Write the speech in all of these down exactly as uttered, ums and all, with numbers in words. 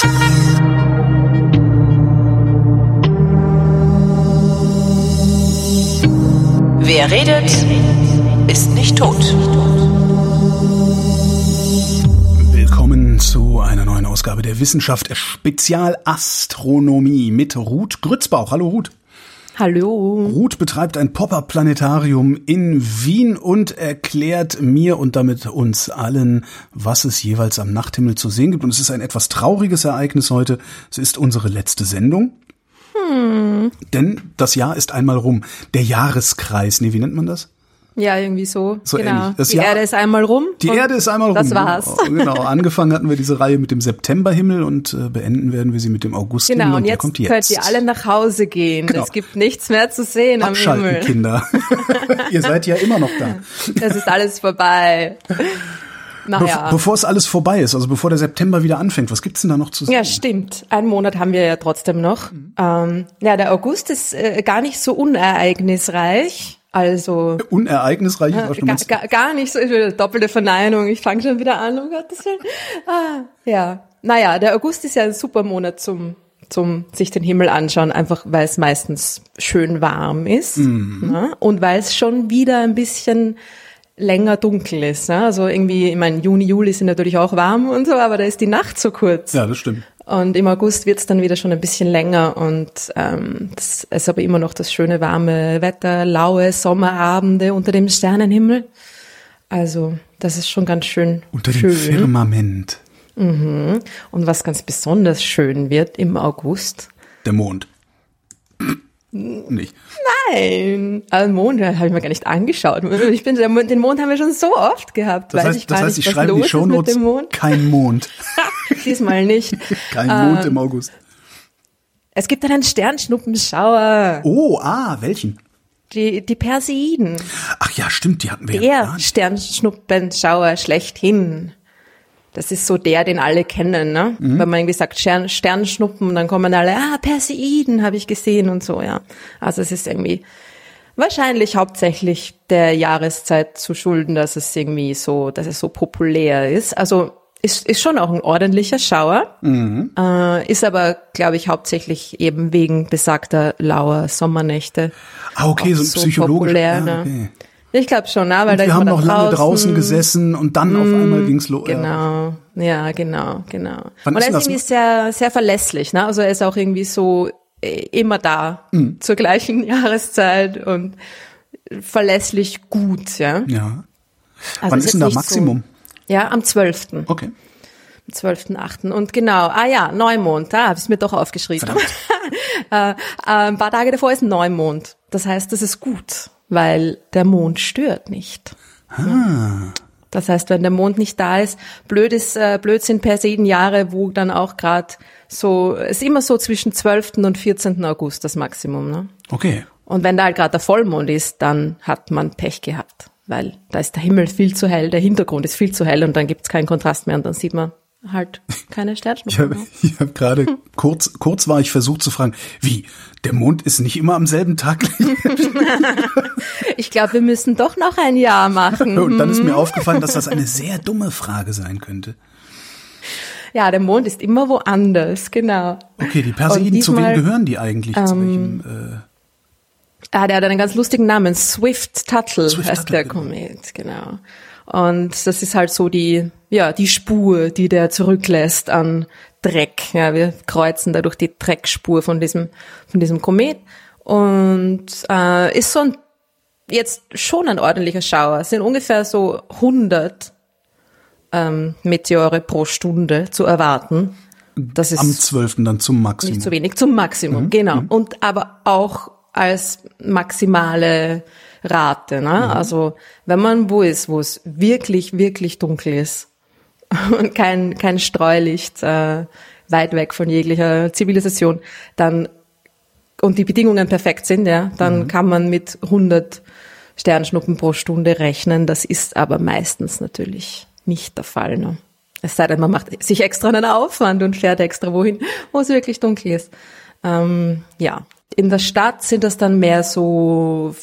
Wer redet, ist nicht tot. Willkommen zu einer neuen Ausgabe der Wissenschaft Spezialastronomie mit Ruth Grützbauch. Hallo Ruth. Hallo. Ruth betreibt ein Pop-up-Planetarium in Wien und erklärt mir und damit uns allen, was es jeweils am Nachthimmel zu sehen gibt. Und es ist ein etwas trauriges Ereignis heute. Es ist unsere letzte Sendung. Hm. Denn das Jahr ist einmal rum. Der Jahreskreis, nee, wie nennt man das? Ja, irgendwie so. So genau. Das die Jahr, Erde ist einmal rum. Die Erde ist einmal rum. Das war's. Genau. Angefangen hatten wir diese Reihe mit dem Septemberhimmel und äh, beenden werden wir sie mit dem Augusthimmel. Genau, und, und jetzt, kommt jetzt könnt ihr alle nach Hause gehen. Genau. Es gibt nichts mehr zu sehen Abschalten, am Himmel. Kinder. Ihr seid ja immer noch da. Es ist alles vorbei. Naja. Be- bevor es alles vorbei ist, also bevor der September wieder anfängt, was gibt's denn da noch zu sehen? Ja, stimmt. Einen Monat haben wir ja trotzdem noch. Mhm. Ähm, ja, der August ist äh, gar nicht so unereignisreich. Also unereignisreich ist auch schon gar, gar, gar nicht so, doppelte Verneinung, ich fange schon wieder an, um Gottes Willen. Ah, ja, naja, der August ist ja ein super Monat zum zum sich den Himmel anschauen, einfach weil es meistens schön warm ist, mhm. ne? Und weil es schon wieder ein bisschen länger dunkel ist. Ne? Also irgendwie, ich meine, Juni, Juli sind natürlich auch warm und so, aber da ist die Nacht so kurz. Ja, das stimmt. Und im August wird's dann wieder schon ein bisschen länger und ähm, das ist aber immer noch das schöne warme Wetter, laue Sommerabende unter dem Sternenhimmel. Also das ist schon ganz schön unter schön. dem Firmament. Mhm. Und was ganz besonders schön wird im August? Der Mond. Nicht. Nein, also den Mond habe ich mir gar nicht angeschaut. Ich bin, den Mond haben wir schon so oft gehabt. Das Weiß heißt, ich gar das heißt, nicht, ich schreibe in die Shownotes kein Mond. Diesmal nicht. Kein Mond im August. Es gibt einen Sternschnuppenschauer. Oh, ah, welchen? Die, die Perseiden. Ach ja, stimmt, die hatten wir der ja. Der Sternschnuppenschauer schlechthin. Das ist so der, den alle kennen, ne? Mhm. Wenn man irgendwie sagt Stern, Sternschnuppen, dann kommen alle, ah, Perseiden habe ich gesehen und so, ja. Also es ist irgendwie wahrscheinlich hauptsächlich der Jahreszeit zu schulden, dass es irgendwie so, dass es so populär ist. Also ist, ist schon auch ein ordentlicher Schauer, mhm. äh, ist aber, glaube ich, hauptsächlich eben wegen besagter lauer Sommernächte. Ah, okay, so, so psychologisch. Populär, ja, ne? okay. Ich glaube schon, ne? Weil da wir ist haben man noch draußen. lange draußen gesessen und dann mm, auf einmal ging's los. Genau, ja, genau, genau. Wann und er ist ist irgendwie sehr, sehr verlässlich, ne? Also er ist auch irgendwie so äh, immer da mm. zur gleichen Jahreszeit und verlässlich gut, ja. Ja. Also wann ist denn da Maximum? So, ja, am zwölften Okay. Am zwölften achten Und genau, ah ja, Neumond, da habe ich es mir doch aufgeschrieben. äh, äh, ein paar Tage davor ist Neumond. Das heißt, das ist gut, weil der Mond stört nicht. Ah. Das heißt, wenn der Mond nicht da ist, blöd ist, äh, blöd sind Perseidenjahre, wo dann auch gerade so, es ist immer so zwischen zwölften und vierzehnten August das Maximum, ne? Okay. Und wenn da halt gerade der Vollmond ist, dann hat man Pech gehabt, weil da ist der Himmel viel zu hell, der Hintergrund ist viel zu hell und dann gibt's keinen Kontrast mehr und dann sieht man halt keine Sternschnuppen. Ich habe hab gerade hm. kurz, kurz war ich versucht zu fragen, wie, der Mond ist nicht immer am selben Tag? Ich glaube, wir müssen doch noch ein Jahr machen. Und dann ist mir aufgefallen, dass das eine sehr dumme Frage sein könnte. Ja, der Mond ist immer woanders, genau. Okay, die Perseiden, zu wem gehören die eigentlich? Ähm, zu welchem, äh Ah, der hat einen ganz lustigen Namen, Swift-Tuttle Swift heißt Tuttle, der Komet, genau. Und das ist halt so die, ja, die Spur, die der zurücklässt an Dreck. Ja, wir kreuzen da durch die Dreckspur von diesem, von diesem Komet. Und äh, ist so ein, jetzt schon ein ordentlicher Schauer. Es sind ungefähr so hundert ähm, Meteore pro Stunde zu erwarten. Das ist am zwölften dann zum Maximum. Nicht zu wenig, zum Maximum, mhm. genau. Mhm. Und aber auch als maximale Rate, ne? Mhm. Also wenn man wo ist, wo es wirklich, wirklich dunkel ist und kein kein Streulicht äh, weit weg von jeglicher Zivilisation, dann und die Bedingungen perfekt sind, ja, dann mhm. kann man mit hundert Sternschnuppen pro Stunde rechnen. Das ist aber meistens natürlich nicht der Fall, ne? Es sei denn, man macht sich extra einen Aufwand und fährt extra wohin, wo es wirklich dunkel ist. Ähm, ja, in der Stadt sind das dann mehr so,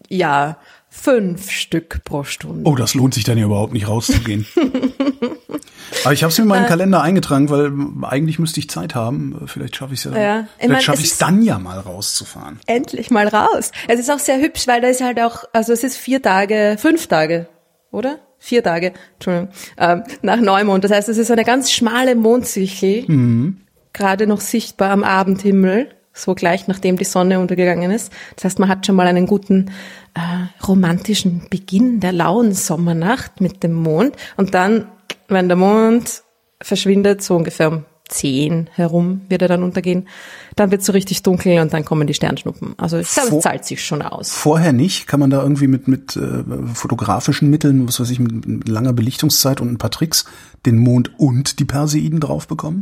ja, fünf Stück pro Stunde. Oh, das lohnt sich dann ja überhaupt nicht rauszugehen. Aber ich habe es mir in meinen äh, Kalender eingetragen, weil eigentlich müsste ich Zeit haben. Vielleicht schaffe ich es ja. ja. Vielleicht schaffe ich es dann ja mal rauszufahren. Endlich mal raus. Es ist auch sehr hübsch, weil da ist halt auch, also es ist vier Tage, fünf Tage, oder? Vier Tage, Entschuldigung, ähm, nach Neumond. Das heißt, es ist eine ganz schmale Mondsichel, mhm. gerade noch sichtbar am Abendhimmel, so gleich nachdem die Sonne untergegangen ist. Das heißt, man hat schon mal einen guten äh, romantischen Beginn der lauen Sommernacht mit dem Mond. Und dann, wenn der Mond verschwindet, so ungefähr um zehn herum wird er dann untergehen, dann wird es so richtig dunkel und dann kommen die Sternschnuppen. Also ich glaube, es zahlt sich schon aus. Vorher nicht? Kann man da irgendwie mit mit äh, fotografischen Mitteln, was weiß ich, mit, mit langer Belichtungszeit und ein paar Tricks den Mond und die Perseiden drauf bekommen?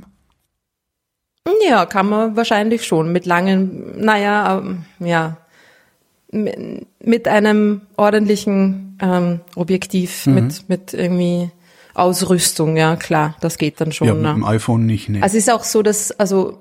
Ja, kann man wahrscheinlich schon. Mit langen, naja, ähm, ja, mit einem ordentlichen ähm, Objektiv, mhm. mit mit irgendwie Ausrüstung, ja klar, das geht dann schon. Ja, mit dem iPhone nicht, ne. Also es ist auch so, dass, also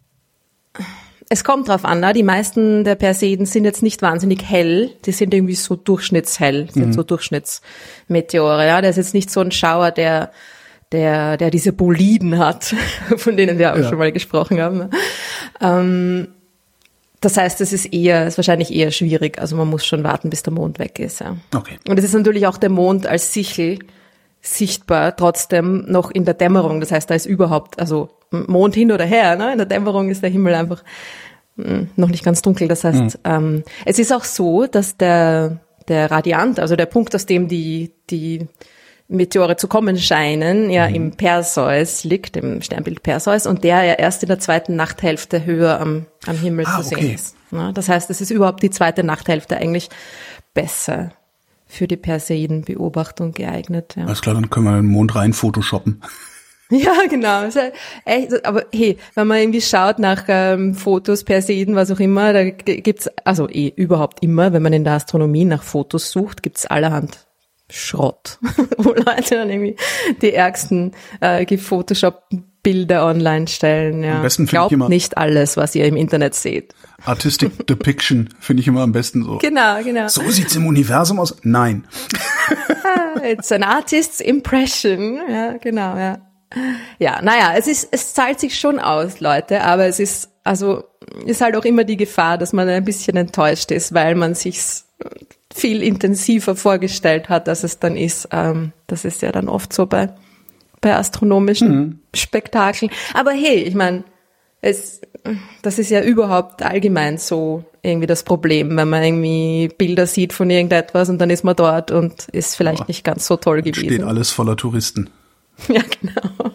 es kommt drauf an, ne? Die meisten der Perseiden sind jetzt nicht wahnsinnig hell, die sind irgendwie so durchschnittshell, sind mhm. so Durchschnittsmeteore, ja. Der ist jetzt nicht so ein Schauer, der der der diese Boliden hat, von denen wir auch ja. schon mal gesprochen haben. Ähm, das heißt, es ist eher, ist wahrscheinlich eher schwierig, also man muss schon warten, bis der Mond weg ist, ja. Okay. Und es ist natürlich auch der Mond als Sichel sichtbar, trotzdem noch in der Dämmerung. Das heißt, da ist überhaupt, also Mond hin oder her, ne? In der Dämmerung ist der Himmel einfach mh, noch nicht ganz dunkel. Das heißt, mhm. ähm, es ist auch so, dass der der Radiant, also der Punkt, aus dem die die Meteore zu kommen scheinen, ja mhm. im Perseus liegt, im Sternbild Perseus, und der ja erst in der zweiten Nachthälfte höher am, am Himmel ah, zu sehen okay. ist. Ne? Das heißt, es ist überhaupt die zweite Nachthälfte eigentlich besser für die Perseidenbeobachtung geeignet. Ja. Alles klar, dann können wir den Mond rein photoshoppen. Ja, genau. Echt, aber hey, wenn man irgendwie schaut nach ähm, Fotos, Perseiden, was auch immer, da gibt's, also eh überhaupt immer, wenn man in der Astronomie nach Fotos sucht, gibt's allerhand Schrott, wo Leute dann irgendwie die ärgsten äh, Photoshop-Bilder online stellen. Ja. Am besten finde Glaubt ich immer nicht alles, was ihr im Internet seht. Artistic Depiction finde ich immer am besten so. Genau, genau. So sieht's im Universum aus? Nein. It's an artist's impression. Ja, genau, ja. Ja, naja, es ist, es zahlt sich schon aus, Leute, aber es ist, also, ist halt auch immer die Gefahr, dass man ein bisschen enttäuscht ist, weil man sich's viel intensiver vorgestellt hat, als es dann ist. Ähm, das ist ja dann oft so bei, bei astronomischen mhm. Spektakeln. Aber hey, ich meine, es, das ist ja überhaupt allgemein so irgendwie das Problem, wenn man irgendwie Bilder sieht von irgendetwas und dann ist man dort und ist vielleicht oh, nicht ganz so toll gewesen. Steht alles voller Touristen. Ja, genau.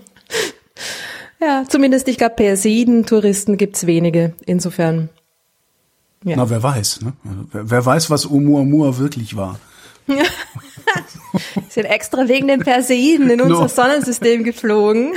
Ja, zumindest, ich glaube, Perseiden-Touristen gibt's wenige. Insofern, ja. Na, wer weiß, ne? Wer, wer weiß, was Oumuamua wirklich war. Ja. Sind extra wegen den Perseiden in unser no. Sonnensystem geflogen.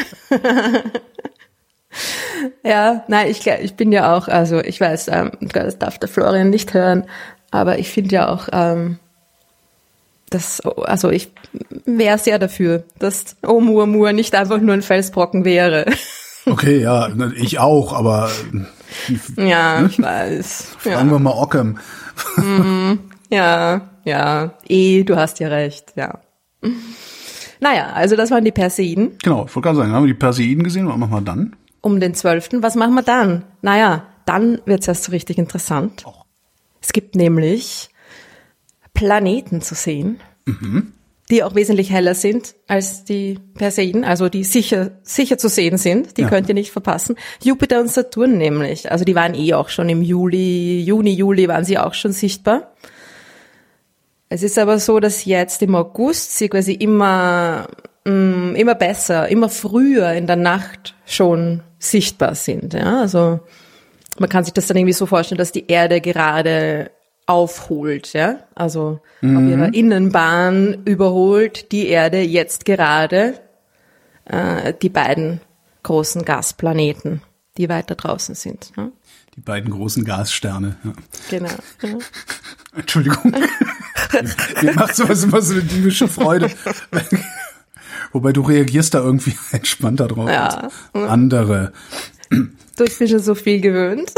Ja, nein, ich, ich bin ja auch, also ich weiß, ähm, das darf der Florian nicht hören, aber ich finde ja auch, ähm, das, also ich wäre sehr dafür, dass Oumuamua nicht einfach nur ein Felsbrocken wäre. Okay, ja, ich auch, aber ja, ne? Ich weiß. Fragen ja. wir mal Ockham. Mhm. Ja, ja, eh, du hast ja recht, ja. Naja, also das waren die Perseiden. Genau, ich wollte gerade sagen, haben wir die Perseiden gesehen, was machen wir dann? Um den zwölften Was machen wir dann? Naja, dann wird's erst so richtig interessant. Och. Es gibt nämlich Planeten zu sehen, mhm. die auch wesentlich heller sind als die Perseiden, also die sicher sicher zu sehen sind. Die ja. könnt ihr nicht verpassen. Jupiter und Saturn nämlich. Also die waren eh auch schon im Juli, Juni, Juli waren sie auch schon sichtbar. Es ist aber so, dass jetzt im August sie quasi immer mh, immer besser, immer früher in der Nacht schon sichtbar sind. Ja? Also man kann sich das dann irgendwie so vorstellen, dass die Erde gerade aufholt, ja, also mhm. auf ihrer Innenbahn überholt die Erde jetzt gerade äh, die beiden großen Gasplaneten, die weiter draußen sind. Ja? Die beiden großen Gassterne. Ja. Genau. Ja. Entschuldigung. Mir macht sowas immer so eine diebische Freude. Wobei du reagierst da irgendwie entspannter drauf ja. als andere. Du, ich bin schon so viel gewöhnt.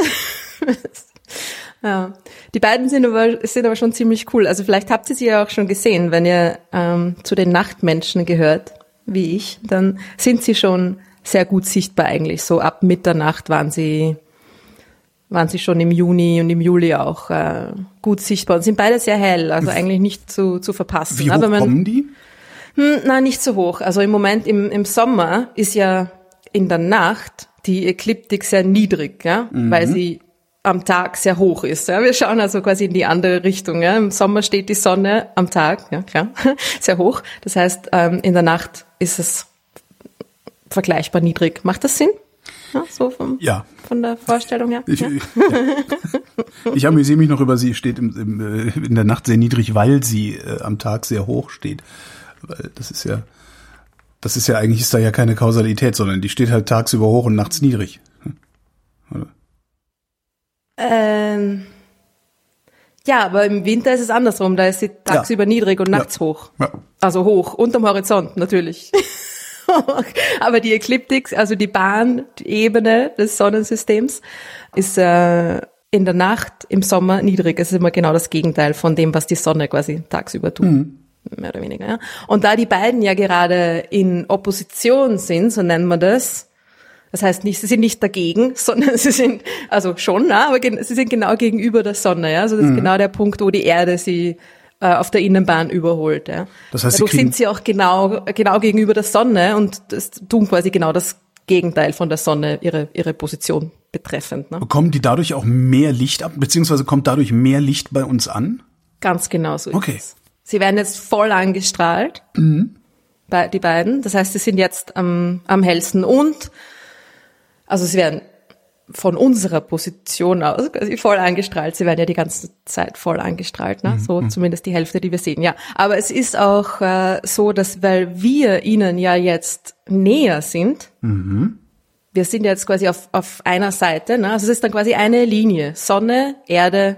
Ja, die beiden sind aber, sind aber schon ziemlich cool. Also vielleicht habt ihr sie ja auch schon gesehen, wenn ihr ähm, zu den Nachtmenschen gehört. wie ich, dann sind sie schon sehr gut sichtbar eigentlich. So ab Mitternacht waren sie, waren sie schon im Juni und im Juli auch äh, gut sichtbar und sind beide sehr hell, also eigentlich nicht zu, zu verpassen. Wie hoch Aber man, kommen die? Hm, nein, nicht so hoch. Also im Moment im, im Sommer ist ja in der Nacht die Ekliptik sehr niedrig, ja, mhm. weil sie am Tag sehr hoch ist. Ja. Wir schauen also quasi in die andere Richtung. Ja. Im Sommer steht die Sonne am Tag, ja klar, sehr hoch. Das heißt, ähm, in der Nacht ist es vergleichbar niedrig. Macht das Sinn? Ja, so vom, ja. Von der Vorstellung her? Ich, ja. ja. ich amüsiere mich noch über sie, steht im, im, in der Nacht sehr niedrig, weil sie äh, am Tag sehr hoch steht. Weil das ist ja, das ist ja eigentlich, ist da ja keine Kausalität, sondern die steht halt tagsüber hoch und nachts niedrig. Oder? Ähm, ja, aber im Winter ist es andersrum, da ist sie tagsüber ja. niedrig und nachts ja. hoch. Ja. Also hoch, unterm Horizont natürlich. Aber die Ekliptik, also die Bahn, die Ebene des Sonnensystems, ist äh, in der Nacht im Sommer niedrig. Es ist immer genau das Gegenteil von dem, was die Sonne quasi tagsüber tut. Mhm. Mehr oder weniger, ja. Und da die beiden ja gerade in Opposition sind, so nennen wir das, das heißt nicht, sie sind nicht dagegen, sondern sie sind, also schon, na, aber gen- sie sind genau gegenüber der Sonne, ja. Also das mhm. ist genau der Punkt, wo die Erde sie äh, auf der Innenbahn überholt, ja. Das heißt, Dadurch sie sind sie auch genau, genau gegenüber der Sonne und das tun quasi genau das Gegenteil von der Sonne, ihre, ihre Position betreffend, ne. Bekommen die dadurch auch mehr Licht ab, beziehungsweise kommt dadurch mehr Licht bei uns an? Ganz genau so ist okay. es. Sie werden jetzt voll angestrahlt, mhm. bei, die beiden. Das heißt, sie sind jetzt am, am hellsten und, also sie werden von unserer Position aus quasi voll angestrahlt. Sie werden ja die ganze Zeit voll angestrahlt, ne? Mhm. So zumindest die Hälfte, die wir sehen, ja. Aber es ist auch äh, so, dass, weil wir ihnen ja jetzt näher sind, mhm. wir sind jetzt quasi auf, auf einer Seite, ne? Also es ist dann quasi eine Linie. Sonne, Erde,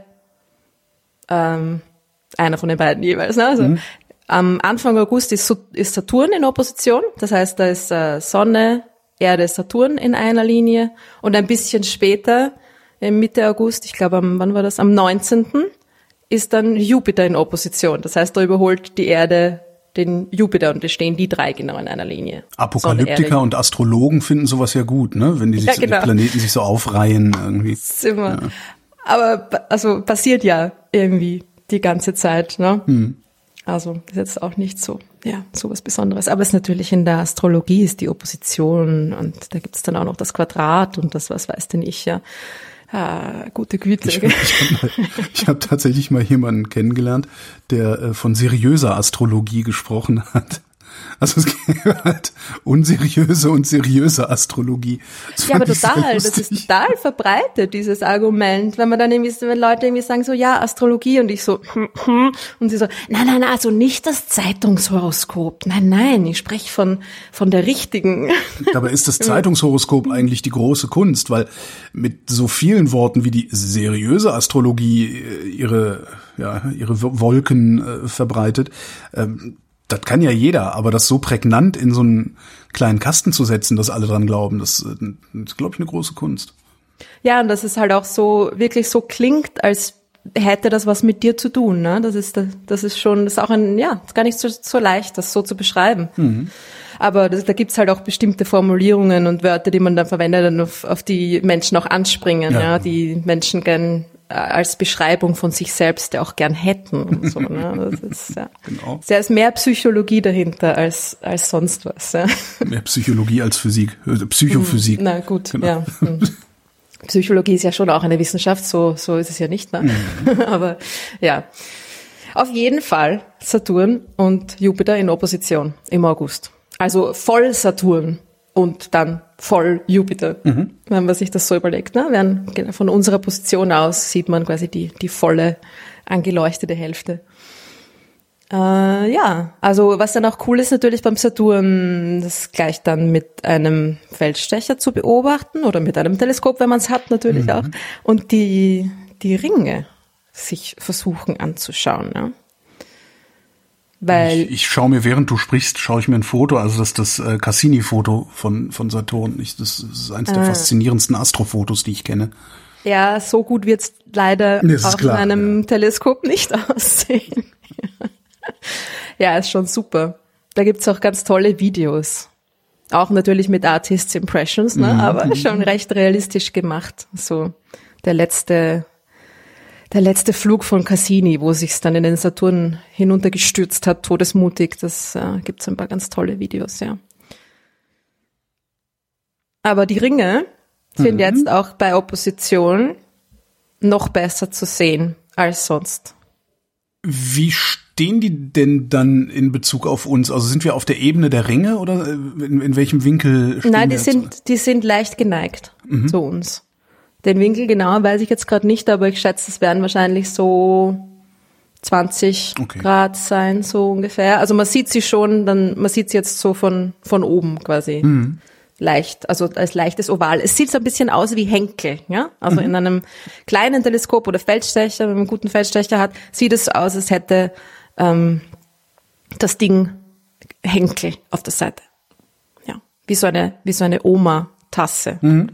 ähm, einer von den beiden jeweils. Ne? Also mhm. am Anfang August ist, ist Saturn in Opposition. Das heißt, da ist äh, Sonne, Erde, Saturn in einer Linie. Und ein bisschen später, Mitte August, ich glaube, am, wann war das? Am neunzehnten ist dann Jupiter in Opposition. Das heißt, da überholt die Erde den Jupiter und da stehen die drei genau in einer Linie. Apokalyptiker Sonne, und Astrologen finden sowas ja gut, ne? Wenn die, sich, ja, genau. die Planeten sich so aufreihen irgendwie. Das ist immer. Ja. Aber also passiert ja irgendwie die ganze Zeit, ne? Hm. Also ist jetzt auch nicht so, ja, so was Besonderes. Aber es ist natürlich in der Astrologie ist die Opposition und da gibt's dann auch noch das Quadrat und das, was weiß denn ich, ja. Ah, gute Güte. Ich, ich habe hab tatsächlich mal jemanden kennengelernt, der äh, von seriöser Astrologie gesprochen hat. Also es gibt halt unseriöse und seriöse Astrologie. Das ja, aber total, das ist total verbreitet, dieses Argument. Wenn man dann irgendwie, wenn Leute irgendwie sagen so, ja, Astrologie und ich so, hm, hm, und sie so, nein, nein, also nicht das Zeitungshoroskop. Nein, nein, ich spreche von, von der richtigen. Dabei ist das Zeitungshoroskop eigentlich die große Kunst, weil mit so vielen Worten wie die seriöse Astrologie ihre, ja, ihre Wolken äh, verbreitet, ähm, das kann ja jeder, aber das so prägnant in so einen kleinen Kasten zu setzen, dass alle dran glauben, das ist, glaube ich, eine große Kunst. Ja, und dass es halt auch so, wirklich so klingt, als hätte das was mit dir zu tun, ne? Das ist, das ist schon, das ist auch ein, ja, ist gar nicht so, so leicht, das so zu beschreiben. Mhm. Aber das, da gibt's halt auch bestimmte Formulierungen und Wörter, die man dann verwendet und auf, auf die Menschen auch anspringen, ja, ja die Menschen gern als Beschreibung von sich selbst auch gern hätten und so, ne? Das ist, ja. Genau. Da ist mehr Psychologie dahinter als, als sonst was, ja. Mehr Psychologie als Physik, Psychophysik. Na gut, genau. Ja. Psychologie ist ja schon auch eine Wissenschaft, so, so ist es ja nicht, ne? Mhm. Aber, ja. Auf jeden Fall Saturn und Jupiter in Opposition im August. Also voll Saturn und dann voll Jupiter, mhm. wenn man sich das so überlegt. Ne? Während von unserer Position aus sieht man quasi die, die volle angeleuchtete Hälfte. Äh, ja, also was dann auch cool ist natürlich beim Saturn, das gleich dann mit einem Feldstecher zu beobachten oder mit einem Teleskop, wenn man es hat natürlich mhm. auch, und die, die Ringe sich versuchen anzuschauen. Ne? Weil ich, ich schaue mir, während du sprichst, schaue ich mir ein Foto, also das ist das äh, Cassini-Foto von von Saturn. Ich, das ist eines ah. der faszinierendendsten Astrofotos, die ich kenne. Ja, so gut wird's leider auf klar, einem ja. Teleskop nicht aussehen. Ja, ist schon super. da gibt's auch ganz tolle Videos. Auch natürlich mit Artists Impressions, ne? Mhm. Aber schon recht realistisch gemacht. So der letzte, der letzte Flug von Cassini, wo sich's dann in den Saturn hinuntergestürzt hat, todesmutig. Das äh, gibt's ein paar ganz tolle Videos, ja. Aber die Ringe sind mhm. jetzt auch bei Opposition noch besser zu sehen als sonst. Wie stehen die denn dann in Bezug auf uns? Also sind wir auf der Ebene der Ringe oder in, in welchem Winkel stehen Nein, die wir sind, die sind leicht geneigt mhm. zu uns. Den Winkel genau weiß ich jetzt gerade nicht, aber ich schätze, es werden wahrscheinlich so zwanzig okay. Grad sein, so ungefähr. Also man sieht sie schon, dann, man sieht sie jetzt so von, von oben quasi. Mhm. Leicht, also als leichtes Oval. Es sieht so ein bisschen aus wie Henkel, ja? Also mhm. in einem kleinen Teleskop oder Feldstecher, wenn man einen guten Feldstecher hat, sieht es aus, als hätte ähm, das Ding Henkel auf der Seite. Ja, wie so eine, wie so eine Oma-Tasse. Mhm.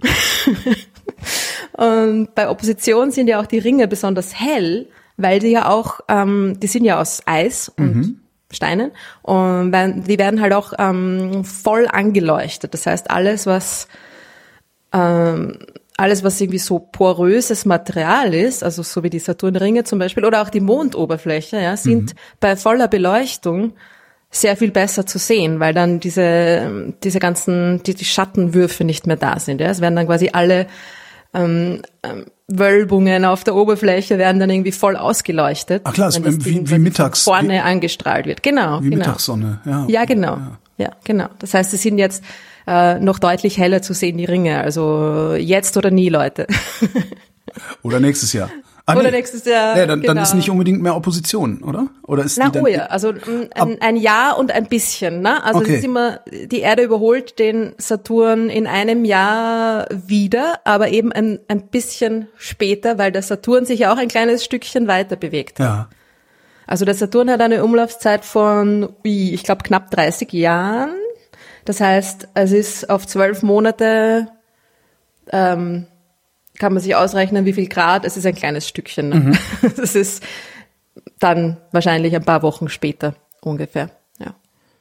Und bei Opposition sind ja auch die Ringe besonders hell, weil die ja auch, ähm, die sind ja aus Eis und mhm. Steinen und die werden halt auch ähm, voll angeleuchtet. Das heißt, alles was ähm, alles was irgendwie so poröses Material ist, also so wie die Saturnringe zum Beispiel oder auch die Mondoberfläche, ja, sind mhm. bei voller Beleuchtung sehr viel besser zu sehen, weil dann diese diese ganzen die, die Schattenwürfe nicht mehr da sind. Ja, es werden dann quasi alle ähm, ähm, Wölbungen auf der Oberfläche werden dann irgendwie voll ausgeleuchtet. Ach klar, es wie, wie, wie mittags. Vorne wie, angestrahlt wird, genau. Wie genau. Mittagssonne, ja. Ja, genau. Ja. ja, genau. Das heißt, sie sind jetzt äh, noch deutlich heller zu sehen, die Ringe. Also jetzt oder nie, Leute. Oder nächstes Jahr. Ah, oder nee. nächstes Jahr. Ja, dann, genau. dann ist nicht unbedingt mehr Opposition, oder? Oder ist Na, die dann oh ja, also ein, ein Jahr und ein bisschen, ne? Also okay. es ist immer, die Erde überholt den Saturn in einem Jahr wieder, aber eben ein, ein bisschen später, weil der Saturn sich ja auch ein kleines Stückchen weiter bewegt. Ja. Also der Saturn hat eine Umlaufzeit von, ich glaube, knapp dreißig Jahren. Das heißt, es ist auf zwölf Monate, ähm, kann man sich ausrechnen, wie viel Grad, es ist ein kleines Stückchen. Ne? Mhm. Das ist dann wahrscheinlich ein paar Wochen später ungefähr, ja.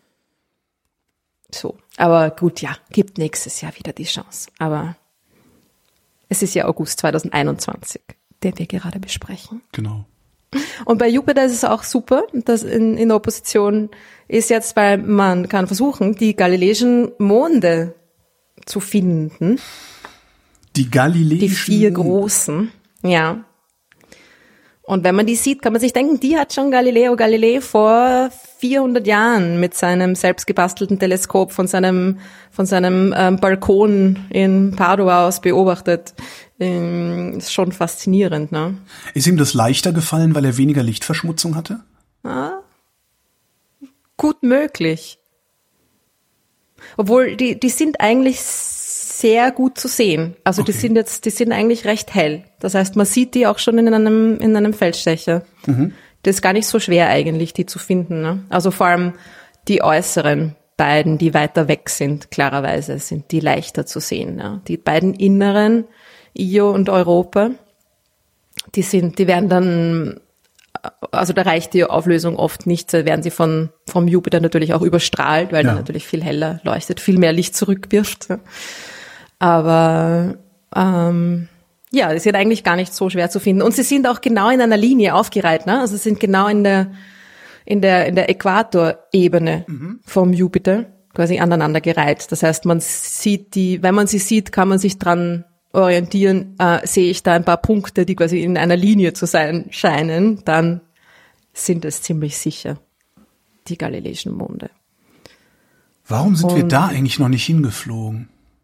So, aber gut, ja, gibt nächstes Jahr wieder die Chance. Aber es ist ja August zweitausendeinundzwanzig, den wir gerade besprechen. Genau. Und bei Jupiter ist es auch super, dass in, in Opposition ist jetzt, weil man kann versuchen, die galileischen Monde zu finden. Die galileischen Die vier großen, ja. Und wenn man die sieht, kann man sich denken, die hat schon Galileo Galilei vor vierhundert Jahren mit seinem selbstgebastelten Teleskop von seinem von seinem ähm, Balkon in Padua aus beobachtet. Ähm, ist schon faszinierend, ne? Ist ihm das leichter gefallen, weil er weniger Lichtverschmutzung hatte? Ah, gut möglich. Obwohl, die die sind eigentlich sehr gut zu sehen. Also okay. die sind jetzt, die sind eigentlich recht hell. Das heißt, man sieht die auch schon in einem in einem Feldstecher. Mhm. Das ist gar nicht so schwer eigentlich, die zu finden. Ne? Also vor allem die äußeren beiden, die weiter weg sind, klarerweise, sind die leichter zu sehen. Ne? Die beiden inneren, Io und Europa, die sind, die werden dann, also da reicht die Auflösung oft nicht, da werden sie von vom Jupiter natürlich auch überstrahlt, weil ja. der natürlich viel heller leuchtet, viel mehr Licht zurückwirft. Ja. Aber ähm, ja, die sind eigentlich gar nicht so schwer zu finden. Und sie sind auch genau in einer Linie aufgereiht, ne? Also sie sind genau in der in der in der Äquatorebene mhm. vom Jupiter quasi aneinandergereiht. Das heißt, man sieht die, wenn man sie sieht, kann man sich dran orientieren. Äh, sehe ich da ein paar Punkte, die quasi in einer Linie zu sein scheinen, dann sind es ziemlich sicher die galileischen Monde. Warum sind Und, wir da eigentlich noch nicht hingeflogen?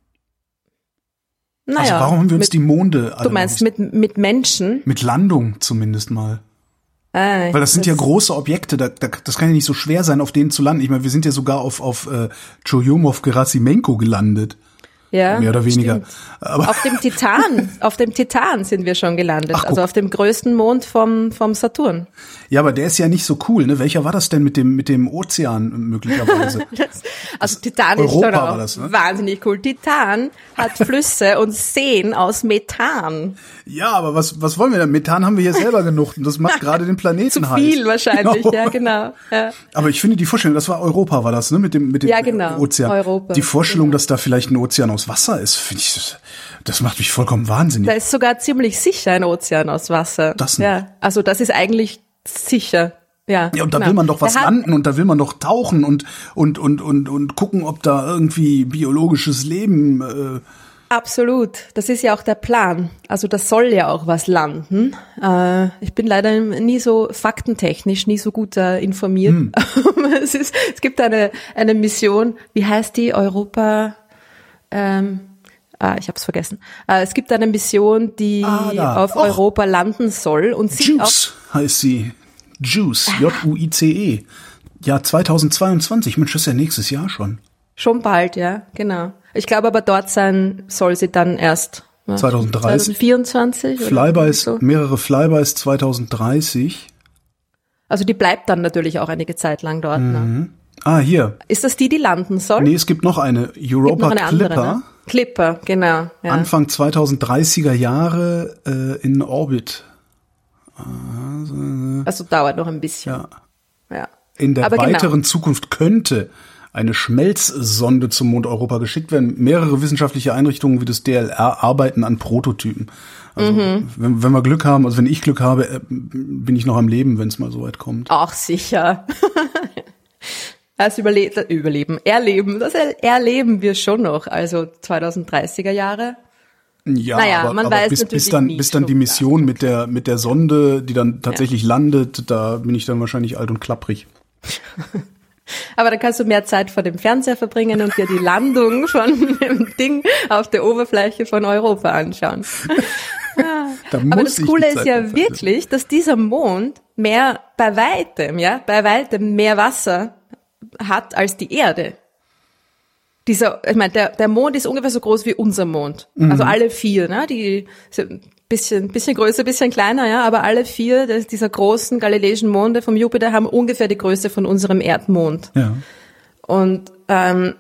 Naja, also warum haben wir uns mit, die Monde alle Du meinst mit mit Menschen? Mit Landung zumindest mal. Ah, Weil das sind das ja große Objekte, da, da, das kann ja nicht so schwer sein, auf denen zu landen. Ich meine, wir sind ja sogar auf auf äh, Churyumov-Gerasimenko gelandet. Ja, mehr oder weniger. Aber auf dem Titan, auf dem Titan sind wir schon gelandet, Ach, also auf dem größten Mond vom vom Saturn. Ja, aber der ist ja nicht so cool, ne? Welcher war das denn mit dem mit dem Ozean möglicherweise? das, also Titan Europa ist schon war auch das, ne? wahnsinnig cool. Titan hat Flüsse und Seen aus Methan. Ja, aber was was wollen wir denn? Methan haben wir hier selber genug und das macht gerade den Planeten Zu heiß. viel wahrscheinlich, Genau. ja genau. Ja. Aber ich finde die Vorstellung, das war Europa, war das, ne? Mit dem mit dem Ja, genau. Ozean. Europa. Die Vorstellung, Genau. dass da vielleicht ein Ozean aus Wasser ist, finde ich, das, das macht mich vollkommen wahnsinnig. Da ist sogar ziemlich sicher ein Ozean aus Wasser. Das nicht. Ja, also das ist eigentlich sicher. Ja, Ja, und da genau. will man doch was Der hat- landen und da will man doch tauchen und und und und und gucken, ob da irgendwie biologisches Leben. Äh, Absolut. Das ist ja auch der Plan. Also da soll ja auch was landen. Äh, ich bin leider nie so faktentechnisch, nie so gut äh, informiert. Hm. es, ist, es gibt eine eine Mission, wie heißt die? Europa, ähm, ah, ich habe es vergessen. Äh, es gibt eine Mission, die Ah, da. auf Och. Europa landen soll und sich auch Juice heißt sie. Juice, J U I C E. Ja, zweitausendzweiundzwanzig. Mensch, das ist ja nächstes Jahr schon. schon bald, ja, genau. Ich glaube aber dort sein soll sie dann erst ja, zweitausenddreißig. zweitausendvierundzwanzig oder Flybys, so. mehrere Flybys zweitausenddreißig. Also die bleibt dann natürlich auch einige Zeit lang dort. Ne? Ah, hier. Ist das die, die landen soll? Nee, es gibt noch eine. Gibt Europa noch eine Clipper. andere, ne? Clipper, genau. Ja. Anfang zweitausenddreißiger Jahre äh, in Orbit. Also dauert noch ein bisschen. Ja. Ja. In der Aber weiteren genau. Zukunft könnte eine Schmelzsonde zum Mond Europa geschickt werden. Mehrere wissenschaftliche Einrichtungen wie das D L R arbeiten an Prototypen. Also Mhm. wenn, wenn wir Glück haben, also wenn ich Glück habe, äh, bin ich noch am Leben, wenn es mal so weit kommt. Auch sicher. Das Überle das Überleben, Erleben, das er erleben wir schon noch. Also zweitausenddreißiger Jahre. Ja, Naja, aber, man aber weiß bis, bis natürlich dann, nie bis dann die schon, Mission mit der mit der Sonde, die dann tatsächlich landet, da bin ich dann wahrscheinlich alt und klapprig. Aber dann kannst du mehr Zeit vor dem Fernseher verbringen und dir die Landung von dem Ding auf der Oberfläche von Europa anschauen. Da Aber muss das ich Coole die ist Zeit ja dafür- wirklich, dass dieser Mond mehr bei weitem, ja, bei weitem mehr Wasser hat als die Erde. Dieser, ich meine, der, der Mond ist ungefähr so groß wie unser Mond. Mhm. Also alle vier, ne, die sind bisschen, bisschen größer, bisschen kleiner, ja, aber alle vier des, dieser großen galileischen Monde vom Jupiter haben ungefähr die Größe von unserem Erdmond. Ja. Und ähm,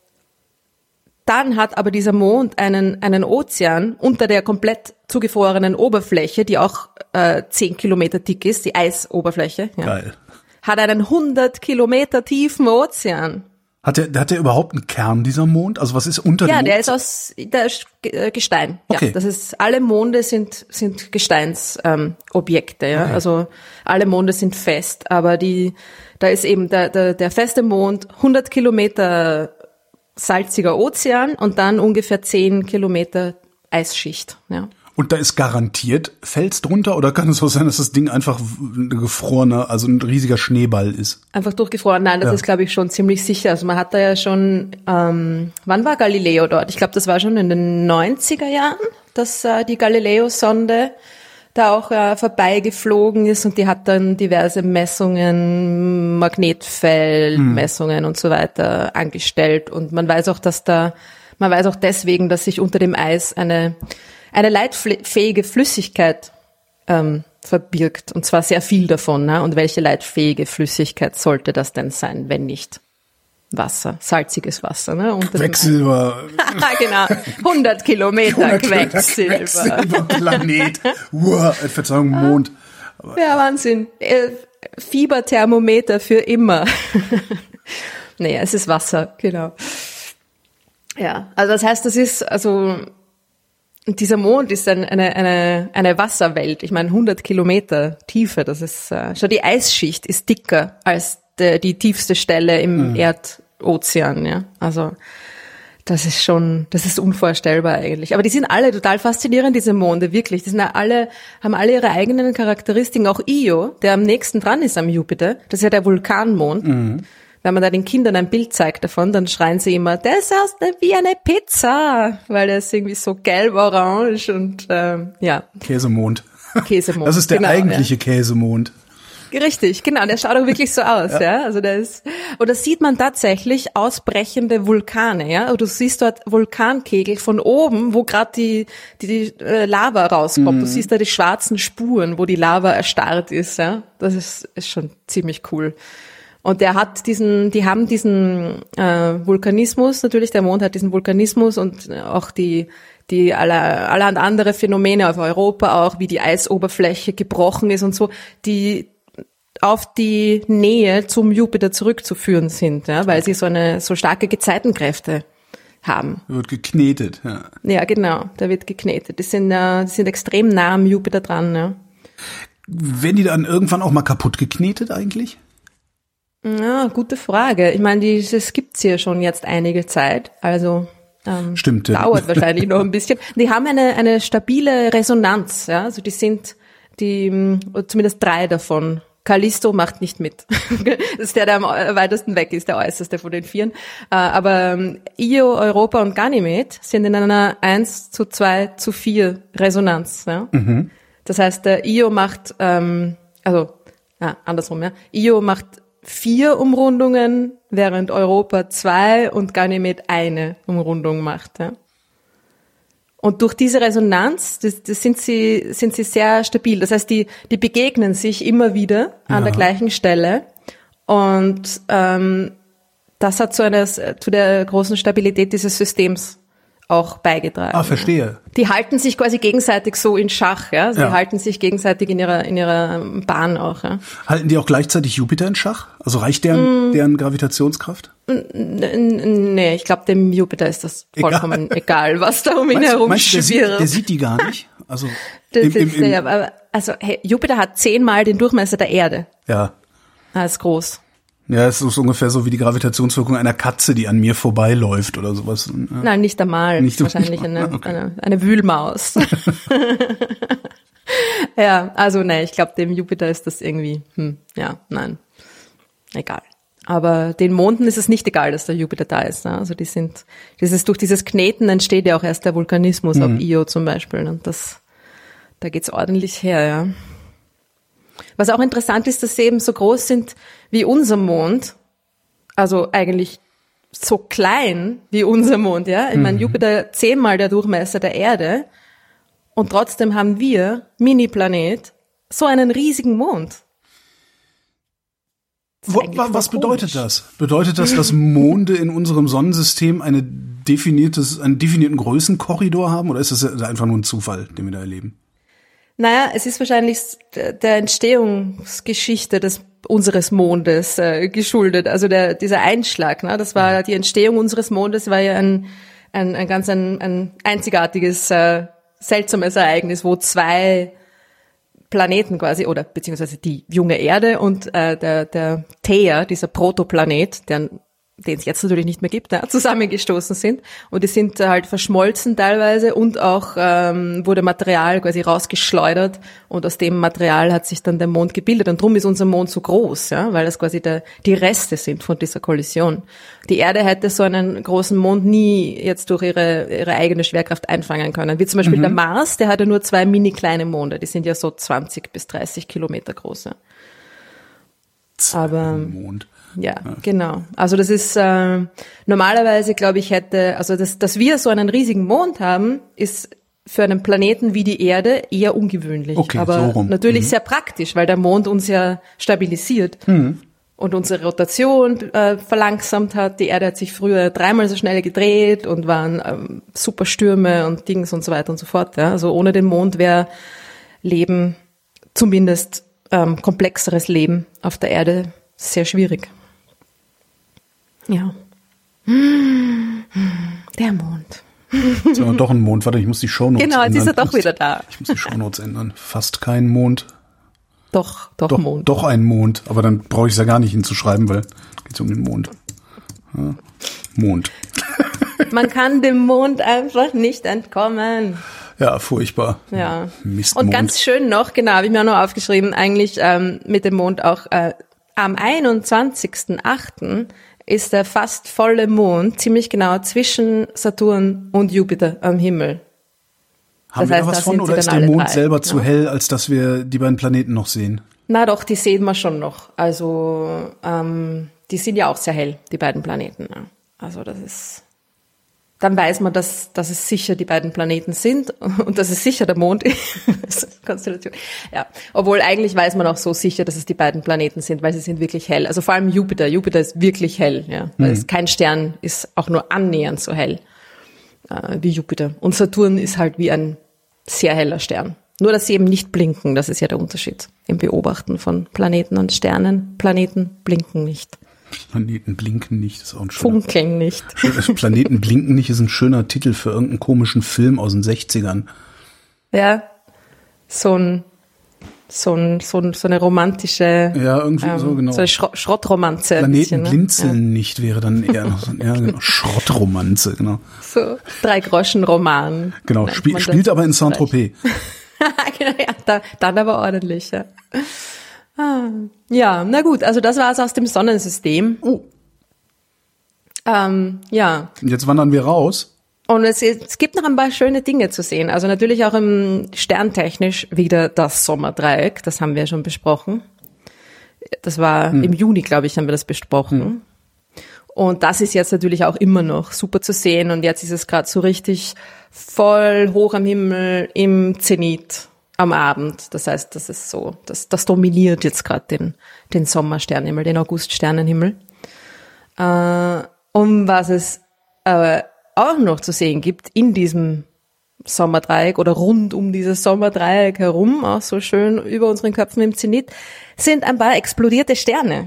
dann hat aber dieser Mond einen einen Ozean unter der komplett zugefrorenen Oberfläche, die auch äh, zehn Kilometer dick ist, die Eisoberfläche. Ja, Geil. hat einen hundert Kilometer tiefen Ozean. Hat der, hat der überhaupt einen Kern, dieser Mond? Also was ist unter Ja, dem der Mond? ist aus der ist äh, Gestein. Okay. Ja, das ist alle Monde sind sind Gesteinsobjekte. Ähm, Objekte, ja, Okay. also alle Monde sind fest, aber die da ist eben der der, der feste Mond hundert Kilometer salziger Ozean und dann ungefähr zehn Kilometer Eisschicht. Ja. Und da ist garantiert Fels drunter, oder kann es auch sein, dass das Ding einfach ein gefrorener, also ein riesiger Schneeball ist? Einfach durchgefroren. Nein, das Ja. ist, glaube ich, schon ziemlich sicher. Also man hat da ja schon, ähm, wann war Galileo dort? Ich glaube, das war schon in den neunziger Jahren, dass äh, die Galileo-Sonde da auch äh, vorbeigeflogen ist und die hat dann diverse Messungen, Magnetfeldmessungen und so weiter angestellt. Und man weiß auch, dass da, man weiß auch deswegen, dass sich unter dem Eis eine eine leitfähige Flüssigkeit ähm, verbirgt, und zwar sehr viel davon. Ne? Und welche leitfähige Flüssigkeit sollte das denn sein, wenn nicht Wasser, salziges Wasser? Ne? Unter dem Quecksilber. Eis. Genau, hundert Kilometer Quecksilber. Quecksilberplanet. Wow, äh, Verzeihung, Mond. Ja, Wahnsinn. Äh, Fieberthermometer für immer. Nee, es ist Wasser, genau. Ja, also das heißt, das ist, also dieser Mond ist ein, eine, eine, eine Wasserwelt. Ich meine, hundert Kilometer Tiefe, das ist, äh, schon die Eisschicht ist dicker als de, die tiefste Stelle im mhm. Erdozean, ja. Also, das ist schon, das ist unvorstellbar eigentlich. Aber die sind alle total faszinierend, diese Monde, wirklich. Die sind ja alle, haben alle ihre eigenen Charakteristiken. Auch Io, der am nächsten dran ist am Jupiter, das ist ja der Vulkanmond. Mhm. Wenn man da den Kindern ein Bild zeigt davon, dann schreien sie immer, das ist wie eine Pizza, weil er ist irgendwie so gelb-orange und ähm, ja. Käsemond. Käsemond. Das ist der genau, eigentliche ja. Käsemond. Richtig, genau, der schaut auch wirklich so aus, ja. ja. Also der ist, und da sieht man tatsächlich ausbrechende Vulkane, ja. Und du siehst dort Vulkankegel von oben, wo gerade die, die, die äh, Lava rauskommt. Mhm. Du siehst da die schwarzen Spuren, wo die Lava erstarrt ist, ja. Das ist, ist schon ziemlich cool. Und der hat diesen, die haben diesen äh, Vulkanismus, natürlich, der Mond hat diesen Vulkanismus und auch die die aller, allerhand andere Phänomene auf Europa auch, wie die Eisoberfläche gebrochen ist und so, die auf die Nähe zum Jupiter zurückzuführen sind, ja, weil sie so eine so starke Gezeitenkräfte haben. Wird geknetet, ja. Ja, genau, da wird geknetet. Die sind, äh, die sind extrem nah am Jupiter dran, ja. Werden die dann irgendwann auch mal kaputt geknetet eigentlich? Ja, gute Frage. Ich meine, die, das gibt's hier schon jetzt einige Zeit, also Ähm, Stimmt. Ja. Dauert wahrscheinlich noch ein bisschen. Die haben eine eine stabile Resonanz, ja. Also die sind, die zumindest drei davon. Callisto macht nicht mit. Das ist der, der am weitesten weg ist, der äußerste von den Vieren. Aber Io, Europa und Ganymed sind in einer eins zu zwei zu vier Resonanz, ja. Mhm. Das heißt, der Io macht, ähm, also ja, andersrum, ja. Io macht vier Umrundungen, während Europa zwei und Ganymed eine Umrundung macht. Ja. Und durch diese Resonanz, das, das sind sie sind sie sehr stabil. Das heißt, die die begegnen sich immer wieder an ja. der gleichen Stelle. Und ähm, das hat zu einer zu der großen Stabilität dieses Systems auch beigetragen. Ah, verstehe. Die halten sich quasi gegenseitig so in Schach, ja. Sie ja. halten sich gegenseitig in ihrer in ihrer Bahn auch, ja. Halten die auch gleichzeitig Jupiter in Schach? Also reicht deren mm. deren Gravitationskraft? Nee, ich glaube, dem Jupiter ist das vollkommen egal, egal was da um ihn meinst, herum meinst, der schwirrt. Sieht, der sieht die gar nicht. Also das im, im, ist, im, ja, aber also hey, Jupiter hat zehnmal den Durchmesser der Erde. Ja. Das ist groß. Ja, es ist ungefähr so wie die Gravitationswirkung einer Katze, die an mir vorbeiläuft oder sowas. Ja. Nein, nicht einmal. Nicht wahrscheinlich eine, okay. eine, eine Wühlmaus. Ja, also nein, ich glaube, dem Jupiter ist das irgendwie, hm, ja, nein, egal. Aber den Monden ist es nicht egal, dass der Jupiter da ist. Ne? Also die sind, dieses durch dieses Kneten entsteht ja auch erst der Vulkanismus mhm. auf Io zum Beispiel. Und das, da geht's ordentlich her, ja. Was auch interessant ist, dass sie eben so groß sind wie unser Mond, also eigentlich so klein wie unser Mond, ja. Ich meine, Jupiter zehnmal der Durchmesser der Erde und trotzdem haben wir, Mini-Planet, so einen riesigen Mond. Wo, was bedeutet das? Bedeutet das, dass Monde in unserem Sonnensystem eine definiertes, einen definierten Größenkorridor haben oder ist das einfach nur ein Zufall, den wir da erleben? Naja, es ist wahrscheinlich der Entstehungsgeschichte des unseres Mondes äh, geschuldet. Also der dieser Einschlag, ne? Das war die Entstehung unseres Mondes, war ja ein ein, ein ganz ein, ein einzigartiges, äh, seltsames Ereignis, wo zwei Planeten quasi, oder beziehungsweise die junge Erde und äh, der der Theia, dieser Protoplanet, der den es jetzt natürlich nicht mehr gibt, ja, zusammengestoßen sind. Und die sind halt verschmolzen teilweise und auch ähm, wurde Material quasi rausgeschleudert und aus dem Material hat sich dann der Mond gebildet. Und drum ist unser Mond so groß, ja, weil das quasi der, die Reste sind von dieser Kollision. Die Erde hätte so einen großen Mond nie jetzt durch ihre ihre eigene Schwerkraft einfangen können. Wie zum Beispiel mhm. der Mars, der hat ja nur zwei mini kleine Monde. Die sind ja so zwanzig bis dreißig Kilometer groß. Ja. Aber Mond. Ja, ja, genau. Also das ist äh, normalerweise, glaube ich, hätte, also das, dass wir so einen riesigen Mond haben, ist für einen Planeten wie die Erde eher ungewöhnlich. Okay, aber so rum. natürlich mhm. sehr praktisch, weil der Mond uns ja stabilisiert mhm. und unsere Rotation äh, verlangsamt hat. Die Erde hat sich früher dreimal so schnell gedreht und waren ähm, super Stürme und Dings und so weiter und so fort. Ja. Also ohne den Mond wäre Leben, zumindest ähm, komplexeres Leben auf der Erde, sehr schwierig. Ja. Der Mond. Ist ja doch ein Mond. Warte, ich muss die Shownotes ändern. Genau, jetzt ist er doch wieder da. Ich muss die Shownotes ändern. Fast kein Mond. Doch, doch, doch Mond. Doch ein Mond. Aber dann brauche ich es ja gar nicht hinzuschreiben, weil geht es um den Mond. Ja. Mond. Man kann dem Mond einfach nicht entkommen. Ja, furchtbar. Ja. Mistmond. Und ganz schön noch, genau, habe ich mir auch noch aufgeschrieben, eigentlich ähm, mit dem Mond auch äh, am einundzwanzigsten achten ist der fast volle Mond ziemlich genau zwischen Saturn und Jupiter am Himmel. Haben das wir heißt, da was da von oder ist der Mond drei, selber ja. zu hell, als dass wir die beiden Planeten noch sehen? Na doch, die sehen wir schon noch. Also ähm, die sind ja auch sehr hell, die beiden Planeten. Ja. Also das ist, dann weiß man, dass, dass es sicher die beiden Planeten sind und dass es sicher der Mond ist. Konstellation. Ja, obwohl eigentlich weiß man auch so sicher, dass es die beiden Planeten sind, weil sie sind wirklich hell. Also vor allem Jupiter. Jupiter ist wirklich hell. Ja, weil mhm. es, kein Stern ist auch nur annähernd so hell äh, wie Jupiter. Und Saturn ist halt wie ein sehr heller Stern. Nur, dass sie eben nicht blinken, das ist ja der Unterschied im Beobachten von Planeten und Sternen. Planeten blinken nicht. Planeten blinken nicht, ist auch ein schöner... Funkeln nicht. Planeten blinken nicht ist ein schöner Titel für irgendeinen komischen Film aus den sechzigern. Ja, so ein, so ein, so, ein, so eine romantische... Ja, irgendwie ähm, so, genau. So eine Schro- Schrottromanze. Planeten bisschen, ne? blinzeln ja. nicht wäre dann eher noch so ein ja, genau, Schrottromanze, genau. So, Drei-Groschen-Roman. Genau, Spiel, spielt aber in Saint-Tropez. ja, da, dann aber ordentlich, ja. Ah, ja, na gut, also das war es aus dem Sonnensystem. Oh. Ähm, ja. Und jetzt wandern wir raus. Und es, es gibt noch ein paar schöne Dinge zu sehen. Also natürlich auch im sterntechnisch wieder das Sommerdreieck, das haben wir schon besprochen. Das war hm. im Juni, glaube ich, haben wir das besprochen. Hm. Und das ist jetzt natürlich auch immer noch super zu sehen. Und jetzt ist es gerade so richtig voll hoch am Himmel im Zenit am Abend. Das heißt, das ist so, das, das dominiert jetzt gerade den, den Sommersternenhimmel, den Auguststernenhimmel. Äh, um was es aber auch noch zu sehen gibt in diesem Sommerdreieck oder rund um dieses Sommerdreieck herum, auch so schön über unseren Köpfen im Zenit, sind ein paar explodierte Sterne.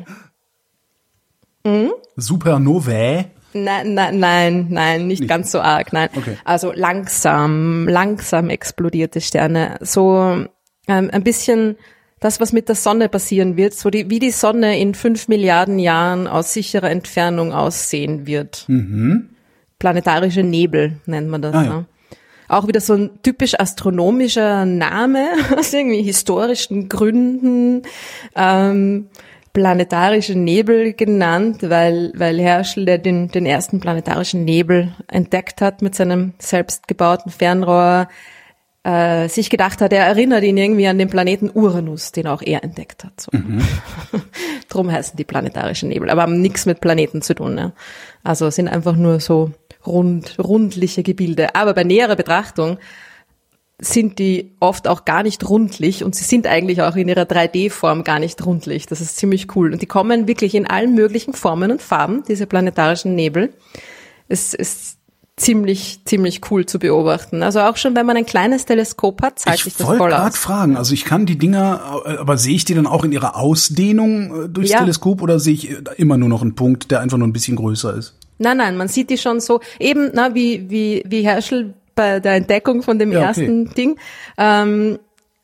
Mhm. Supernovae? Nein, nein, nein, nein, nicht, nicht ganz so arg, nein. Okay. Also langsam, langsam explodierte Sterne. So ähm, ein bisschen das, was mit der Sonne passieren wird, so die, wie die Sonne in fünf Milliarden Jahren aus sicherer Entfernung aussehen wird. Mhm. Planetarische Nebel nennt man das. Ah, ja. Ne? Auch wieder so ein typisch astronomischer Name, aus irgendwie historischen Gründen. Ähm, planetarische Nebel genannt, weil, weil Herschel, der den, den ersten planetarischen Nebel entdeckt hat mit seinem selbstgebauten Fernrohr, äh, sich gedacht hat, er erinnert ihn irgendwie an den Planeten Uranus, den auch er entdeckt hat. So. Mhm. Drum heißen die planetarischen Nebel, aber haben nichts mit Planeten zu tun. Ne? Also sind einfach nur so rund, rundliche Gebilde. Aber bei näherer Betrachtung sind die oft auch gar nicht rundlich und sie sind eigentlich auch in ihrer drei D-Form gar nicht rundlich. Das ist ziemlich cool. Und die kommen wirklich in allen möglichen Formen und Farben, diese planetarischen Nebel. Es ist ziemlich, ziemlich cool zu beobachten. Also auch schon, wenn man ein kleines Teleskop hat, zeigt sich das voll aus. Ich wollte gerade fragen, also ich kann die Dinger, aber sehe ich die dann auch in ihrer Ausdehnung durchs ja. Teleskop oder sehe ich immer nur noch einen Punkt, der einfach nur ein bisschen größer ist? Nein, nein, man sieht die schon so, eben, na, wie, wie, wie Herschel bei der Entdeckung von dem ja, ersten okay. Ding, ähm,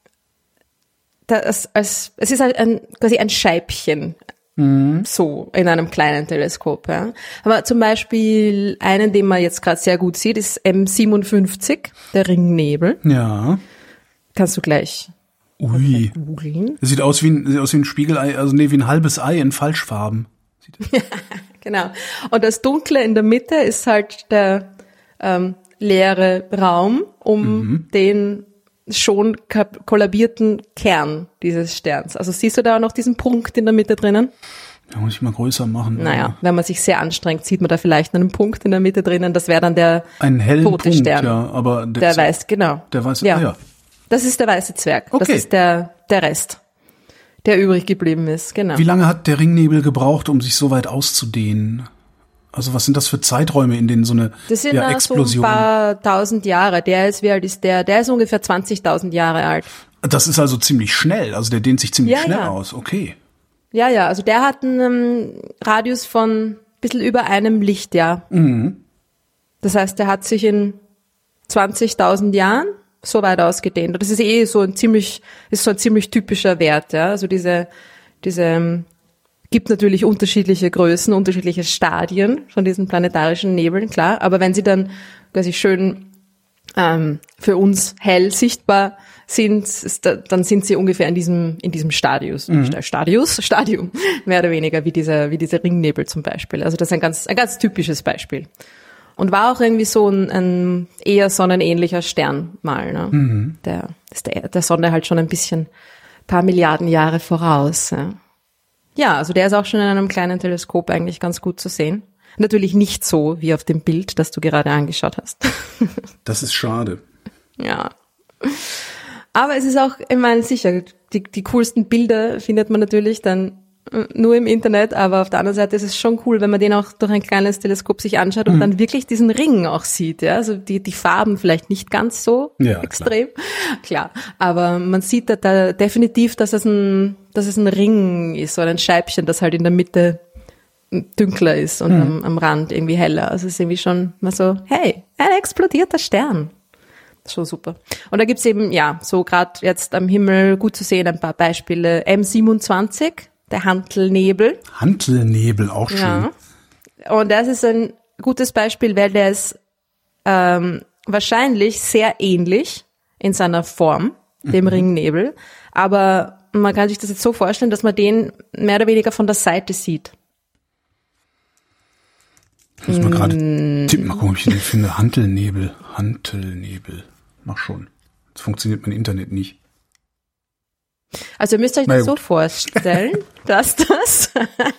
das, als, es ist ein, quasi ein Scheibchen, mhm. so in einem kleinen Teleskop. Ja. Aber zum Beispiel einen, den man jetzt gerade sehr gut sieht, ist M siebenundfünfzig, der Ringnebel. Ja. Kannst du gleich Ui. googeln. Das sieht aus wie ein, sieht aus wie ein Spiegelei, also nee, wie ein halbes Ei in Falschfarben. Genau. Und das Dunkle in der Mitte ist halt der ähm, leere Raum um mhm. den schon kollabierten Kern dieses Sterns. Also siehst du da auch noch diesen Punkt in der Mitte drinnen? Ja, muss ich mal größer machen. Naja, oder? Wenn man sich sehr anstrengt, sieht man da vielleicht einen Punkt in der Mitte drinnen. Das wäre dann der Ein hellen tote Punkt, Stern. Ja, aber der, der weiß, genau. Der weiße, ja. Ah, ja. Das ist der weiße Zwerg. Okay. Das ist der, der Rest, der übrig geblieben ist. Genau. Wie lange hat der Ringnebel gebraucht, um sich so weit auszudehnen? Also was sind das für Zeiträume, in denen so eine das sind ja, Explosion... so ein paar tausend Jahre. Der ist, wie alt ist der? Der ist ungefähr zwanzigtausend Jahre alt. Das ist also ziemlich schnell. Also der dehnt sich ziemlich ja, schnell ja. aus. Okay. Ja, ja. Also der hat einen ähm, Radius von ein bisschen über einem Lichtjahr. Mhm. Das heißt, der hat sich in zwanzigtausend Jahren so weit ausgedehnt. Und das ist eh so ein ziemlich, ist so ein ziemlich typischer Wert. Ja. Also diese, diese gibt natürlich unterschiedliche Größen, unterschiedliche Stadien von diesen planetarischen Nebeln, klar. Aber wenn sie dann quasi schön ähm, für uns hell sichtbar sind, ist da, dann sind sie ungefähr in diesem in diesem Stadius, mhm. Stadius, Stadium, mehr oder weniger wie dieser wie diese Ringnebel zum Beispiel. Also das ist ein ganz ein ganz typisches Beispiel. Und war auch irgendwie so ein, ein eher sonnenähnlicher Stern mal, ne? Mhm. Der ist der, der Sonne halt schon ein bisschen paar Milliarden Jahre voraus. Ja. ja, also der ist auch schon in einem kleinen Teleskop eigentlich ganz gut zu sehen. Natürlich nicht so wie auf dem Bild, das du gerade angeschaut hast. Das ist schade. Ja. Aber es ist auch, ich meine, sicher, die, die coolsten Bilder findet man natürlich dann nur im Internet, aber auf der anderen Seite ist es schon cool, wenn man den auch durch ein kleines Teleskop sich anschaut und mhm. dann wirklich diesen Ring auch sieht, ja, also die, die Farben vielleicht nicht ganz so ja, extrem, klar. klar, aber man sieht da, da definitiv, dass es ein, dass es ein Ring ist oder ein Scheibchen, das halt in der Mitte dünkler ist und mhm. am, am Rand irgendwie heller, also es ist irgendwie schon mal so, hey, ein explodierter Stern. Schon super. Und da gibt's eben, ja, so gerade jetzt am Himmel gut zu sehen, ein paar Beispiele. M siebenundzwanzig, der Hantelnebel. Hantelnebel, auch schön. Ja. Und das ist ein gutes Beispiel, weil der ist ähm, wahrscheinlich sehr ähnlich in seiner Form, dem mhm. Ringnebel. Aber man kann sich das jetzt so vorstellen, dass man den mehr oder weniger von der Seite sieht. Ich muss mal gerade mm. tippen, mal gucken, ob ich den finde. Hantelnebel, Hantelnebel. Mach schon. Jetzt funktioniert mein Internet nicht. Also ihr müsst euch das so vorstellen, dass das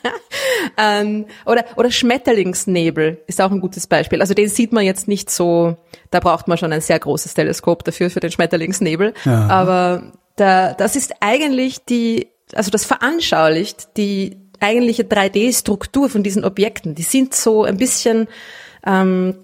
ähm, oder oder Schmetterlingsnebel ist auch ein gutes Beispiel. Also den sieht man jetzt nicht so, da braucht man schon ein sehr großes Teleskop dafür, für den Schmetterlingsnebel. Ja. Aber da, das ist eigentlich die, also das veranschaulicht die eigentliche drei D-Struktur von diesen Objekten. Die sind so ein bisschen, ähm,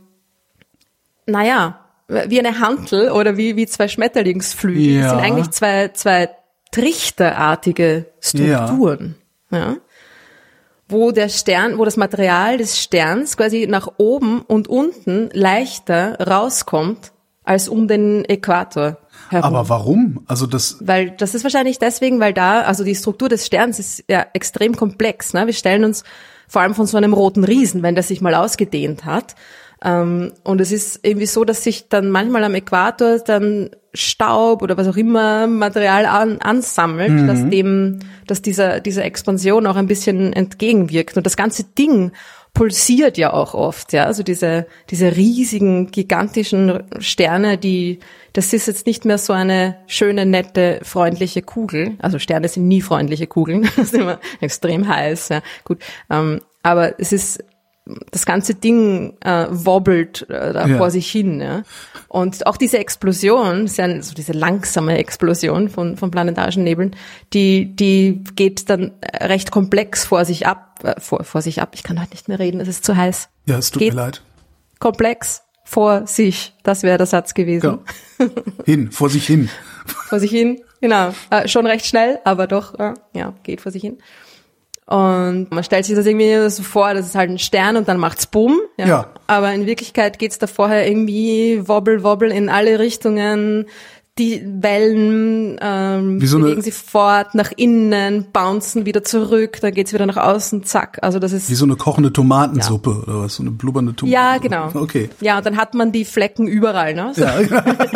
naja, wie eine Hantel oder wie wie zwei Schmetterlingsflügel. Ja. Das sind eigentlich zwei zwei trichterartige Strukturen, ja. ja, wo der Stern, wo das Material des Sterns quasi nach oben und unten leichter rauskommt als um den Äquator herum. Aber warum? Also das, weil das ist wahrscheinlich deswegen, weil da, also die Struktur des Sterns ist ja extrem komplex. Ne? Wir stellen uns vor allem von so einem roten Riesen, wenn der sich mal ausgedehnt hat. Um, und es ist irgendwie so, dass sich dann manchmal am Äquator dann Staub oder was auch immer Material an, ansammelt, mhm. dass dem, dass dieser, dieser Expansion auch ein bisschen entgegenwirkt. Und das ganze Ding pulsiert ja auch oft, ja. Also diese, diese riesigen, gigantischen Sterne, die, das ist jetzt nicht mehr so eine schöne, nette, freundliche Kugel. Also Sterne sind nie freundliche Kugeln. Das ist immer extrem heiß, ja. Gut. Um, aber es ist, das ganze Ding äh, wobbelt äh, da ja. vor sich hin. Ja. Und auch diese Explosion, ist ja so diese langsame Explosion von, von planetarischen Nebeln, die, die geht dann recht komplex vor sich ab, äh, vor, vor sich ab. Ich kann heute nicht mehr reden, es ist zu heiß. Ja, es tut geht mir leid. Komplex vor sich, das wäre der Satz gewesen. Ja. Hin, vor sich hin. Vor sich hin, genau. Äh, schon recht schnell, aber doch, äh, ja, geht vor sich hin. Und man stellt sich das irgendwie so vor, das ist halt ein Stern und dann macht's Bumm. Ja. ja. Aber in Wirklichkeit geht's da vorher irgendwie wobbel, wobbel in alle Richtungen. Die Wellen ähm, so bewegen sich fort, nach innen, bouncen wieder zurück, dann geht's wieder nach außen, zack. Also das ist wie so eine kochende Tomatensuppe ja. oder was, so eine blubbernde Tomate. Ja, genau. Okay. Ja, und dann hat man die Flecken überall, ne? So. Ja.